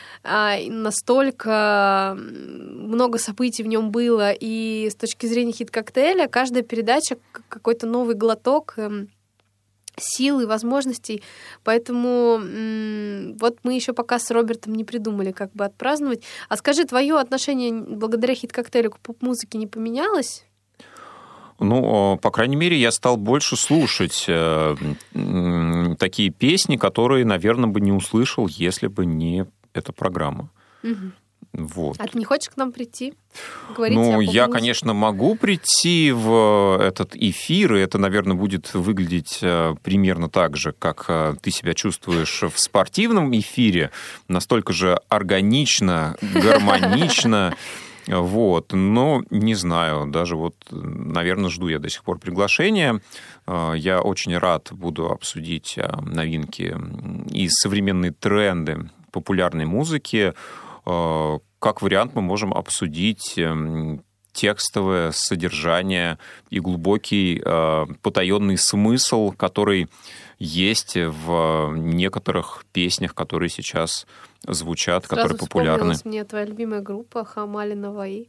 S6: настолько много событий в нем было, и с точки зрения хит-коктейля каждая передача какой-то новый глоток сил и возможностей, поэтому вот мы еще пока с Робертом не придумали, как бы отпраздновать. А скажи, твое отношение благодаря хит-коктейлю к поп-музыке не поменялось?
S3: Ну, по крайней мере, я стал больше слушать такие песни, которые, наверное, бы не услышал, если бы не эта программа.
S6: Угу.
S3: Вот.
S6: А ты не хочешь к нам прийти? Говорить
S3: ну, я, конечно, могу прийти в этот эфир, и это, наверное, будет выглядеть примерно так же, как ты себя чувствуешь в спортивном эфире, настолько же органично, гармонично. Вот, но не знаю, даже вот, наверное, жду я до сих пор приглашения. Я очень рад буду обсудить новинки и современные тренды популярной музыки. Как вариант мы можем обсудить текстовое содержание и глубокий потаенный смысл, который есть в некоторых песнях, которые сейчас звучат,
S6: сразу
S3: которые популярны.
S6: Вспомнилась мне твоя любимая группа Хамали Наваи.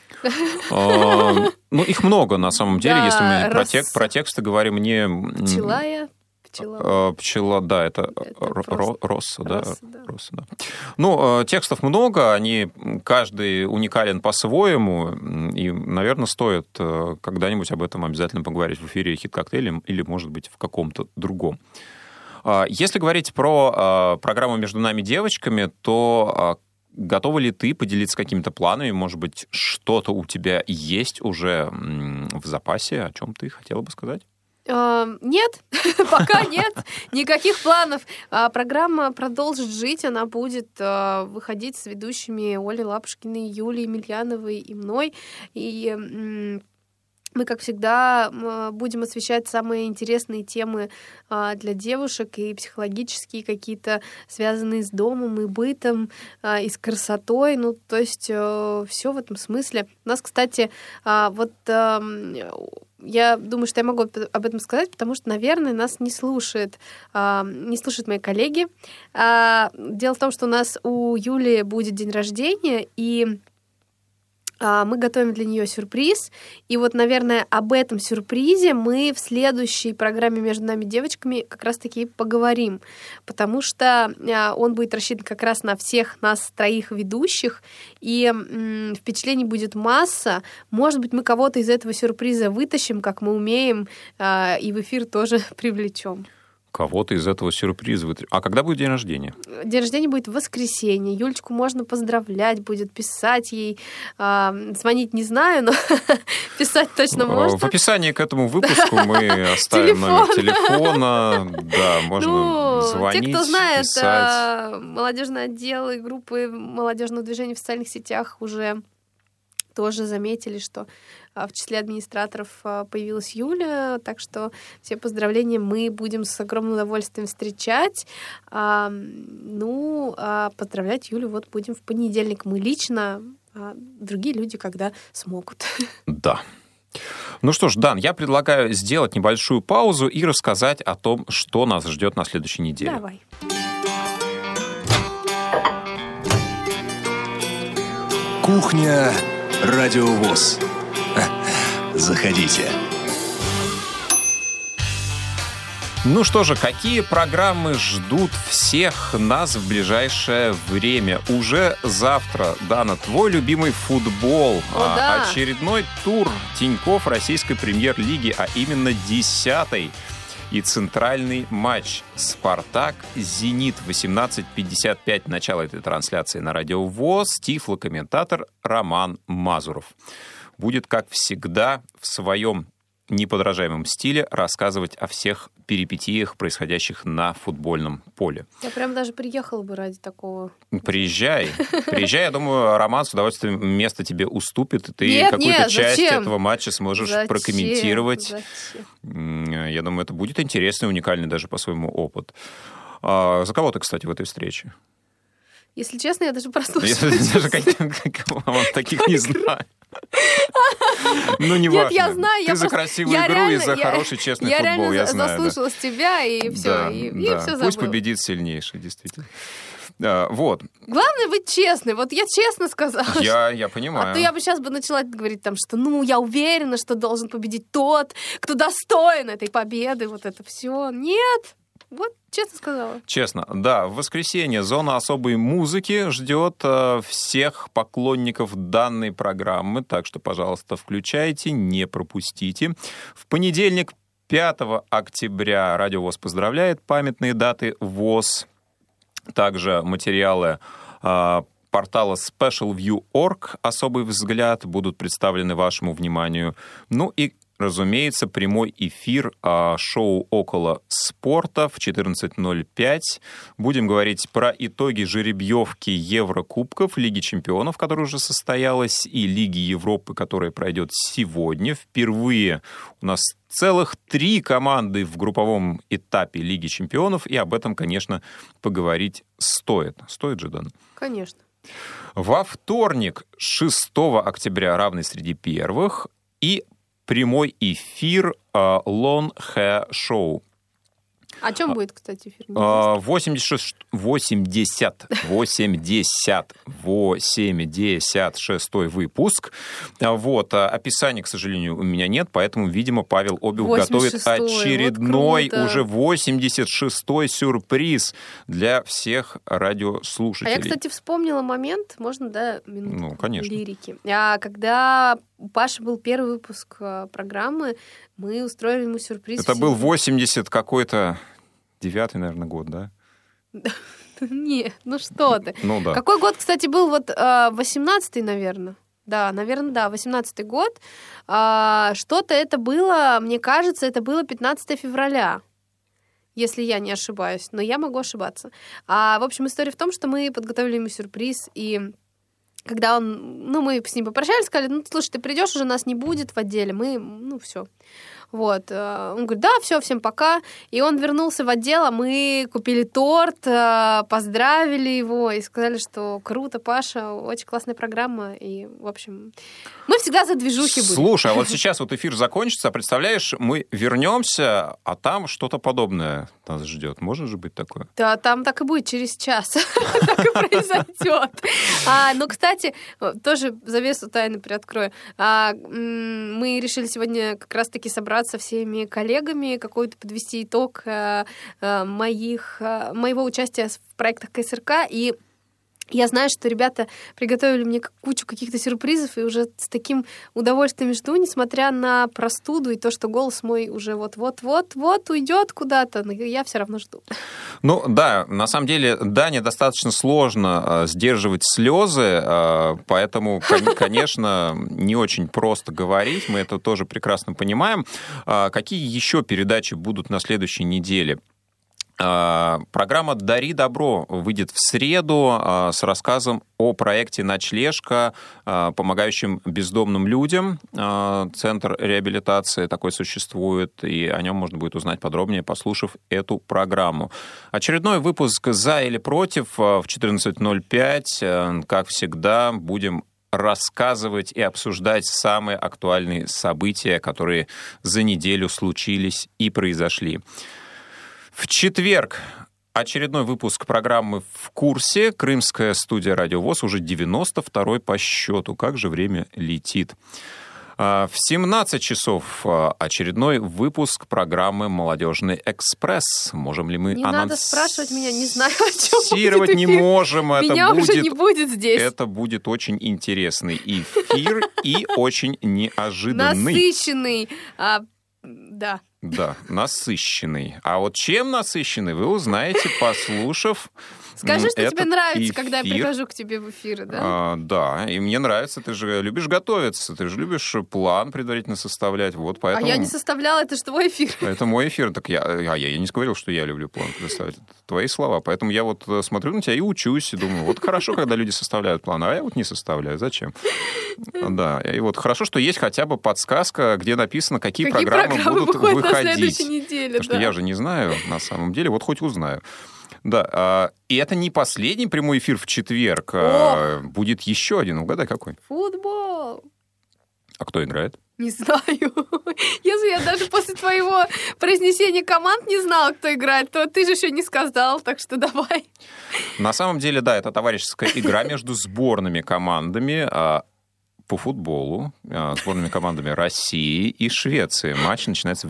S3: Ну, их много, на самом деле,
S6: да,
S3: если мы про тексты говорим. Пчела, да, это Росса, да. Росса, да. Ну, текстов много, они каждый уникален по-своему, и, наверное, стоит когда-нибудь об этом обязательно поговорить в эфире «Хит-коктейля» или, может быть, в каком-то другом. Если говорить про программу «Между нами девочками», то готова ли ты поделиться какими-то планами? Может быть, что-то у тебя есть уже в запасе, о чем ты хотела бы сказать?
S6: Нет, пока нет, никаких планов. Программа продолжит жить, она будет выходить с ведущими Олей Лапушкиной, Юлией Емельяновой и мной. И мы, как всегда, будем освещать самые интересные темы для девушек и психологические какие-то, связанные с домом и бытом, и с красотой. Ну, то есть все в этом смысле. У нас, кстати, вот я думаю, что я могу об этом сказать, потому что, наверное, нас не слушают мои коллеги. Дело в том, что у нас у Юли будет день рождения, и мы готовим для нее сюрприз. И вот, наверное, об этом сюрпризе мы в следующей программе «Между нами девочками» как раз-таки поговорим. Потому что он будет рассчитан как раз на всех нас троих ведущих. И впечатлений будет масса. Может быть, мы кого-то из этого сюрприза вытащим, как мы умеем, и в эфир тоже привлечем.
S3: Кого-то из этого сюрприза. А когда будет день рождения?
S6: День рождения будет в воскресенье. Юлечку можно поздравлять, будет писать ей. Звонить не знаю, но писать точно можно.
S3: В описании к этому выпуску мы оставим номер телефона. Да, можно звонить,
S6: те, кто знает,
S3: писать.
S6: Молодежный отдел и группы молодежного движения в социальных сетях уже тоже заметили, что в числе администраторов появилась Юля, так что все поздравления мы будем с огромным удовольствием встречать. Поздравлять Юлю вот будем в понедельник мы лично, а другие люди когда смогут.
S3: Да. Ну что ж, Дан, я предлагаю сделать небольшую паузу и рассказать о том, что нас ждет на следующей неделе.
S6: Давай.
S1: Кухня Радио ВОС. Заходите.
S3: Ну что же, какие программы ждут всех нас в ближайшее время? Уже завтра, Дана, твой любимый футбол.
S6: Да.
S3: Очередной тур Тинькофф российской премьер-лиги, а именно 10-й и центральный матч «Спартак-Зенит». 18:55 начало этой трансляции на Радио ВОС. Тифлокомментатор Роман Мазуров будет, как всегда, в своем неподражаемом стиле рассказывать о всех перипетиях, происходящих на футбольном поле.
S6: Я прям даже приехала бы ради такого.
S3: Приезжай. Я думаю, Роман с удовольствием место тебе уступит, и ты какую-то часть этого матча сможешь прокомментировать. Зачем? Я думаю, это будет интересно и уникально даже по своему опыту. За кого ты, кстати, в этой встрече?
S6: Если честно, я даже прослушала.
S3: Я даже таких не знаю. Ну, не важно.
S6: Нет, я знаю.
S3: Ты за красивую игру и за хороший, честный футбол, я знаю.
S6: Я заслушалась тебя, и все, и все забыла.
S3: Пусть победит сильнейший, действительно. Вот.
S6: Главное быть честной. Вот я честно сказала.
S3: Я понимаю.
S6: А то я бы сейчас начала говорить там, что я уверена, что должен победить тот, кто достоин этой победы. Вот это все. Нет. Вот, честно сказала.
S3: Честно, да. В воскресенье зона особой музыки ждет всех поклонников данной программы, так что, пожалуйста, включайте, не пропустите. В понедельник, 5 октября, Радио ВОС поздравляет памятные даты ВОС. Также материалы портала specialview.org «Особый взгляд» будут представлены вашему вниманию. Ну и, разумеется, прямой эфир шоу «Около спорта» в 14:05. Будем говорить про итоги жеребьевки Еврокубков, Лиги чемпионов, которая уже состоялась, и Лиги Европы, которая пройдет сегодня. Впервые у нас целых 3 команды в групповом этапе Лиги чемпионов, и об этом, конечно, поговорить стоит. Стоит же, Дан?
S6: Конечно.
S3: Во вторник, 6 октября, равный среди первых, и прямой эфир Long Hair Show.
S6: О чем будет, кстати, эфир?
S3: 86-й выпуск. Вот. Описания, к сожалению, у меня нет, поэтому, видимо, Павел Обиух готовит очередной, вот уже 86-й сюрприз для всех радиослушателей.
S6: А я, кстати, вспомнила момент, можно, минутку лирики.
S3: Конечно.
S6: Когда у Паши был первый выпуск программы, мы устроили ему сюрприз.
S3: Это был 80 какой-то 9-й, наверное, год, да?
S6: Не, что ты.
S3: Ну да.
S6: Какой год, кстати, был 18-й, наверное? Да, наверное, да, 18-й год. Что-то это было, мне кажется, это было 15 февраля, если я не ошибаюсь, но я могу ошибаться. В общем, история в том, что мы подготовили ему сюрприз, и когда мы с ним попрощались, сказали, слушай, ты придешь, уже нас не будет в отделе, все. Вот. Он говорит, да, все, всем пока. И он вернулся в отдел, а мы купили торт, поздравили его и сказали, что круто, Паша, очень классная программа. И, в общем, мы всегда за движухи будем.
S3: Слушай, а вот сейчас вот эфир закончится, представляешь, мы вернемся, а там что-то подобное нас ждет. Может же быть такое?
S6: Да, там так и будет через час. Так и произойдет. Ну, кстати, тоже завесу тайны приоткрою. Мы решили сегодня как раз-таки собраться всеми коллегами, какой-то подвести итог моего участия в проектах КСРК. И я знаю, что ребята приготовили мне кучу каких-то сюрпризов, и уже с таким удовольствием жду, несмотря на простуду и то, что голос мой уже вот-вот-вот-вот уйдет куда-то, но я все равно жду.
S3: Ну да, на самом деле Дане достаточно сложно сдерживать слезы, поэтому, конечно, не очень просто говорить, мы это тоже прекрасно понимаем. Какие еще передачи будут на следующей неделе? Программа «Дари добро» выйдет в среду с рассказом о проекте «Ночлежка», помогающем бездомным людям. Центр реабилитации такой существует, и о нем можно будет узнать подробнее, послушав эту программу. Очередной выпуск «За или против» в 14:05. Как всегда, будем рассказывать и обсуждать самые актуальные события, которые за неделю случились и произошли. В четверг очередной выпуск программы «В курсе». Крымская студия «Радио ВОС» уже 92-й по счету. Как же время летит. В 17 часов очередной выпуск программы «Молодежный экспресс». Можем ли мы
S6: Не надо спрашивать меня, не знаю, о чем
S3: анонсировать не можем.
S6: Меня уже не будет здесь.
S3: Это будет очень интересный эфир и очень неожиданный.
S6: Насыщенный. Да.
S3: Да, насыщенный. А вот чем насыщенный, вы узнаете, послушав.
S6: Скажи, что тебе нравится,
S3: эфир.
S6: когда я прихожу к тебе в эфир, да?
S3: Да, и мне нравится. Ты же любишь готовиться, ты же любишь план предварительно составлять. Вот поэтому...
S6: А я не составляла, это же твой эфир.
S3: Это мой эфир. Так я не говорил, что я люблю план предоставлять. Это твои слова. Поэтому я вот смотрю на тебя и учусь, и думаю, вот хорошо, когда люди составляют план, а я вот не составляю. Зачем? Да, и вот хорошо, что есть хотя бы подсказка, где написано, какие программы будут выходить.
S6: На следующей неделе,
S3: потому что я же не знаю, на самом деле, вот хоть узнаю. Да, и это не последний прямой эфир в четверг. Будет еще один. Угадай, какой?
S6: Футбол.
S3: А кто играет?
S6: Не знаю. Если я даже после твоего произнесения команд не знала, кто играет, то ты же еще не сказал, так что давай.
S3: На самом деле, да, это товарищеская игра между сборными командами по футболу, сборными командами России и Швеции. Матч начинается в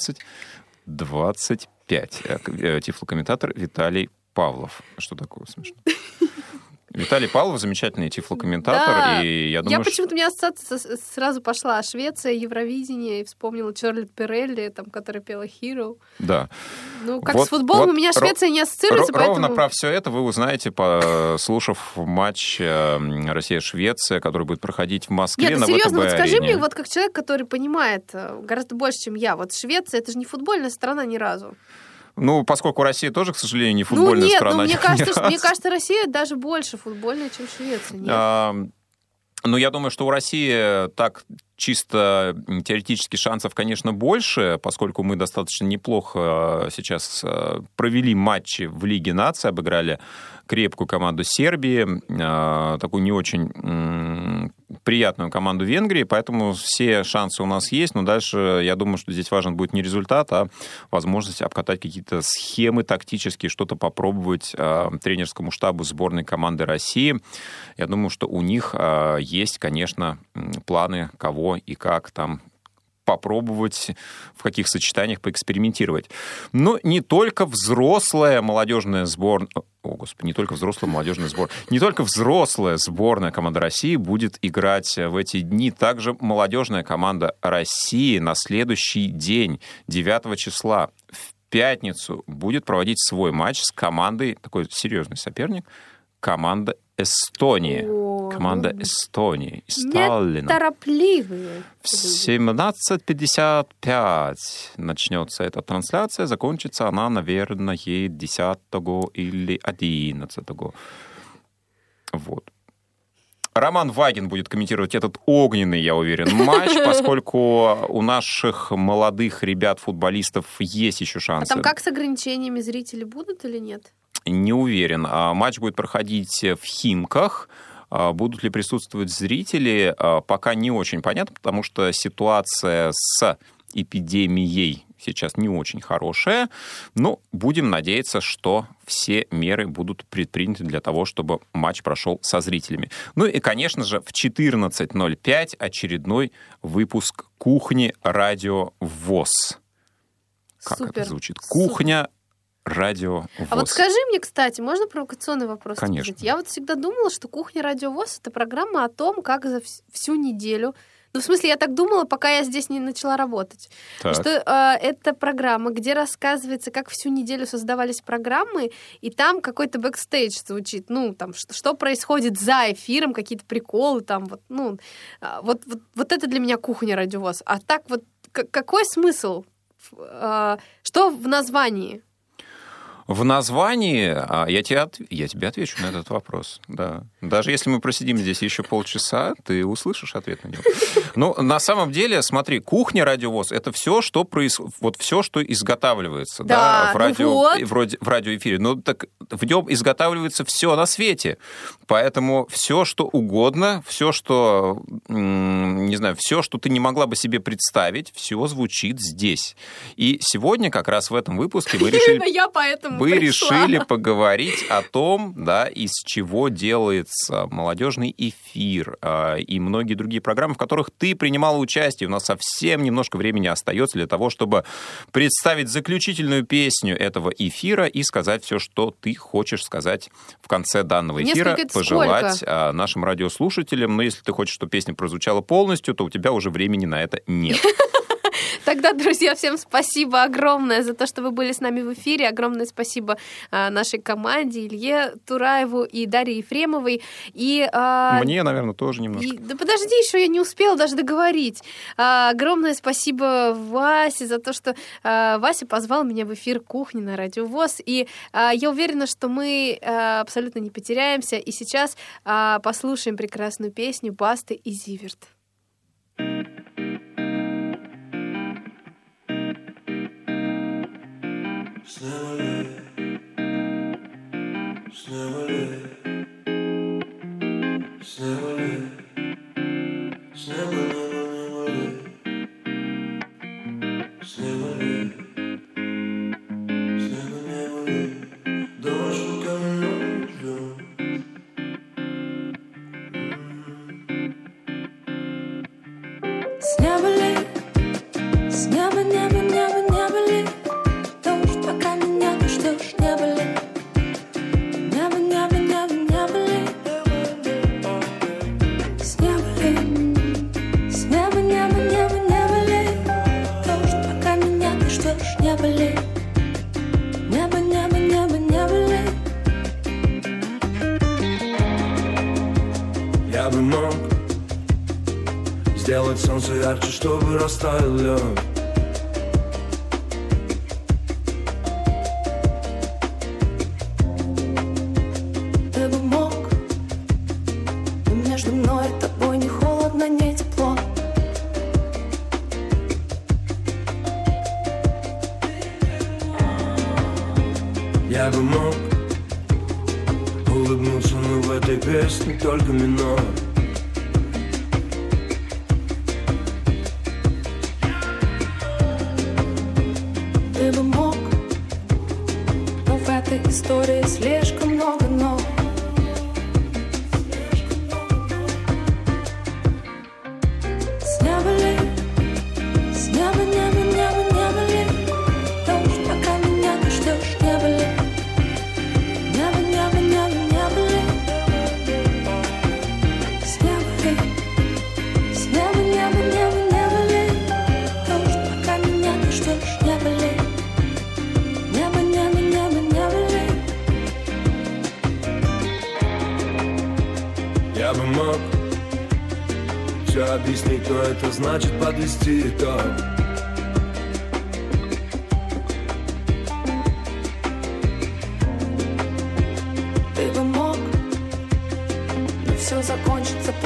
S3: 19:25. Тифлокомментатор Виталий Павлов. Что такое смешно? Виталий Павлов замечательный тифлокомментатор,
S6: да.
S3: И я думаю,
S6: почему-то у меня ассоциация сразу пошла Швеция, Евровидение, и вспомнила Чарли Перелли, там, который пела Hero.
S3: Да.
S6: Ну, как с футболом у меня Швеция не ассоциируется, поэтому...
S3: Ровно про все это вы узнаете, послушав матч Россия-Швеция, который будет проходить в Москве.
S6: Нет,
S3: на
S6: серьезно, вот скажи
S3: ВТБ-арене.
S6: мне, вот как человек, который понимает гораздо больше, чем я, вот Швеция, это же не футбольная страна ни разу.
S3: Ну, поскольку Россия тоже, к сожалению, не футбольная страна.
S6: Мне кажется, Россия даже больше футбольная, чем Швеция. Нет.
S3: Ну, я думаю, что у России так чисто теоретически шансов, конечно, больше, поскольку мы достаточно неплохо сейчас провели матчи в Лиге наций, обыграли крепкую команду Сербии, такую не очень приятную команду Венгрии, поэтому все шансы у нас есть, но дальше я думаю, что здесь важен будет не результат, а возможность обкатать какие-то схемы тактические, что-то попробовать тренерскому штабу сборной команды России. Я думаю, что у них есть, конечно, планы, кого и как там попробовать, в каких сочетаниях поэкспериментировать. Но не только взрослая молодежная сборная... не только взрослая молодежная сборная. Не только взрослая сборная команда России будет играть в эти дни. Также молодежная команда России на следующий день, 9 числа, в пятницу, будет проводить свой матч с командой, такой серьезный соперник, команда Эстонии. Команда Эстонии из Таллина.
S6: Неторопливые.
S3: В 17:55 начнется эта трансляция. Закончится она, наверное, 10 или 11. Вот. Роман Вагин будет комментировать этот огненный, я уверен, матч, поскольку у наших молодых ребят-футболистов есть еще шансы.
S6: А там как с ограничениями, зрители будут или нет?
S3: Не уверен. Матч будет проходить в Химках. Будут ли присутствовать зрители, пока не очень понятно, потому что ситуация с эпидемией сейчас не очень хорошая, но будем надеяться, что все меры будут предприняты для того, чтобы матч прошел со зрителями. Ну и, конечно же, в 14:05 очередной выпуск «Кухни Радио ВОС». Как
S6: Супер.
S3: это звучит? «Кухня Радио ВОС».
S6: А вот скажи мне, кстати, можно провокационный вопрос?
S3: Конечно.
S6: Спросить? Я вот всегда думала, что «Кухня Радио ВОС» — это программа о том, как за всю неделю... Ну, в смысле, я так думала, пока я здесь не начала работать.
S3: Так.
S6: Что это программа, где рассказывается, как всю неделю создавались программы, и там какой-то бэкстейдж звучит. Ну, там, что происходит за эфиром, какие-то приколы там. Вот, ну, вот это для меня «Кухня Радио ВОС». А так вот, какой смысл? Что в названии?
S3: В названии я тебе отвечу на этот вопрос. Да. Даже если мы просидим здесь еще полчаса, ты услышишь ответ на него. Ну, на самом деле, смотри, «Кухня Радио ВОС» — это все, что вот все, что изготавливается,
S6: да,
S3: в радиоэфире. Ну, так в нем изготавливается все на свете. Поэтому все, что угодно, все, что, не знаю, все, что ты не могла бы себе представить, все звучит здесь. И сегодня как раз в этом выпуске вы решили...
S6: Я поэтому
S3: Вы
S6: пришла.
S3: решили поговорить о том, да, из чего делается молодежный эфир и многие другие программы, в которых ты принимала участие. У нас совсем немножко времени остается для того, чтобы представить заключительную песню этого эфира и сказать все, что ты хочешь сказать в конце данного эфира, пожелать нашим радиослушателям. Но если ты хочешь, чтобы песня прозвучала полностью, то у тебя уже времени на это нет.
S6: Тогда, друзья, всем спасибо огромное за то, что вы были с нами в эфире. Огромное спасибо нашей команде, Илье Тураеву и Дарье Ефремовой. И,
S3: мне, наверное, тоже немножко.
S6: Да подожди, еще я не успела даже договорить. Огромное спасибо Васе за то, что Вася позвал меня в эфир «Кухни» на Радио ВОС. И я уверена, что мы абсолютно не потеряемся. И сейчас послушаем прекрасную песню Басты и Зиверт.
S11: Я бы мог сделать солнце ярче, чтобы растаял лед.
S4: Ты бы мог, но между мной и тобой не холодно, не тепло.
S11: Я бы мог улыбнуться, но в этой песне только минор.
S4: Ты бы мог, но в этой истории слишком много «но». С неба ли, с неба, небо, небо, небо ли, дождь, пока меня ты ждешь, небо ли, небо, небо, небо, небо ли, с неба ли, с неба, небо, небо, небо ли, дождь, пока меня ты ждешь, небо ли. Небо, небо, небо, небо ли.
S11: Я бы мог все объяснить, но это значит подвести итог.
S4: Ты бы мог, но все закончится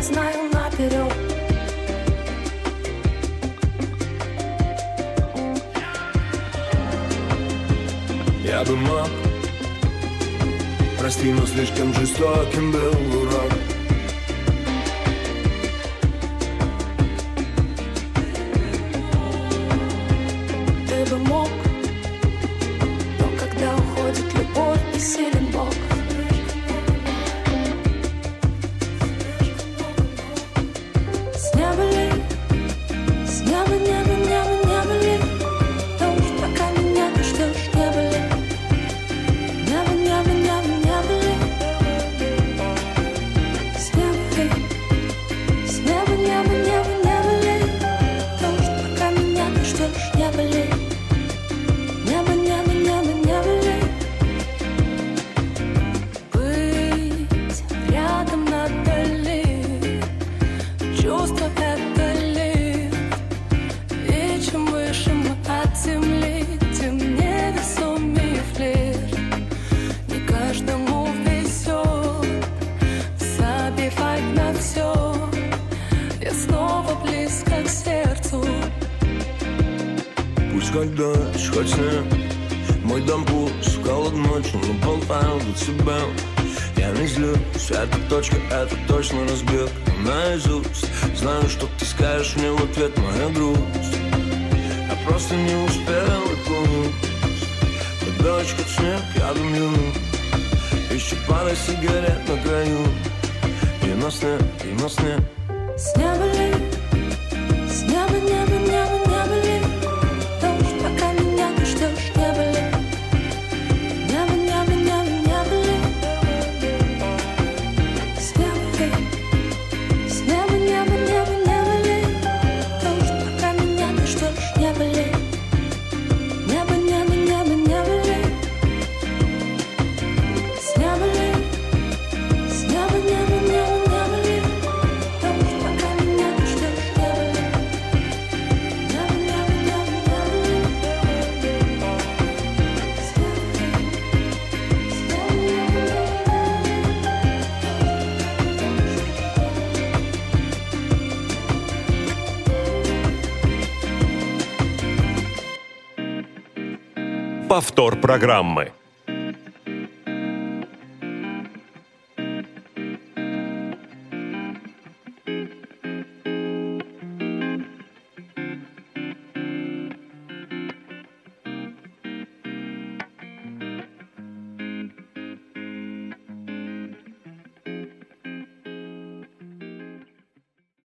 S4: знаю наперед.
S11: Я бы мог, прости, но слишком жестоким был урок.
S4: Ты бы мог, но когда уходит любовь, бессилен Бог. С неба ли, с неба, неба, неба, неба ли, дождь, пока меня ты ждешь, неба ли, неба, неба, неба, неба ли, с неба ли, с неба, неба, неба, неба ли, дождь, пока меня ты ждешь, неба ли. Небо, небо, небо, небо ли? Быть рядом надали, чувство это лифт. И чем выше мы от земли, тем невесомее флирт. Не каждому везет забивать на все. Я снова близко к сердцу.
S11: Пусть хоть дождь, хоть снег, мой дом пуст, холод ночью, но болтаю до тебя. Я не злюсь, эта точка, это точно разбег наизусть. Знаю, что ты скажешь мне в ответ, моя грусть. Я просто не успел и хоть дождь, хоть снег, я думаю. Еще пара сигарет на краю. И на сне, и на сне.
S4: С неба ли, с неба, неба, неба, неба ли, дождь, пока меня ты ждешь, неба ли, неба, неба, неба, неба ли, с неба ли, с неба, неба, неба, неба ли, дождь, пока меня ты ждешь, неба ли, неба, неба, неба, неба ли, с неба ли, с неба, неба, неба, неба ли.
S2: Повтор программы.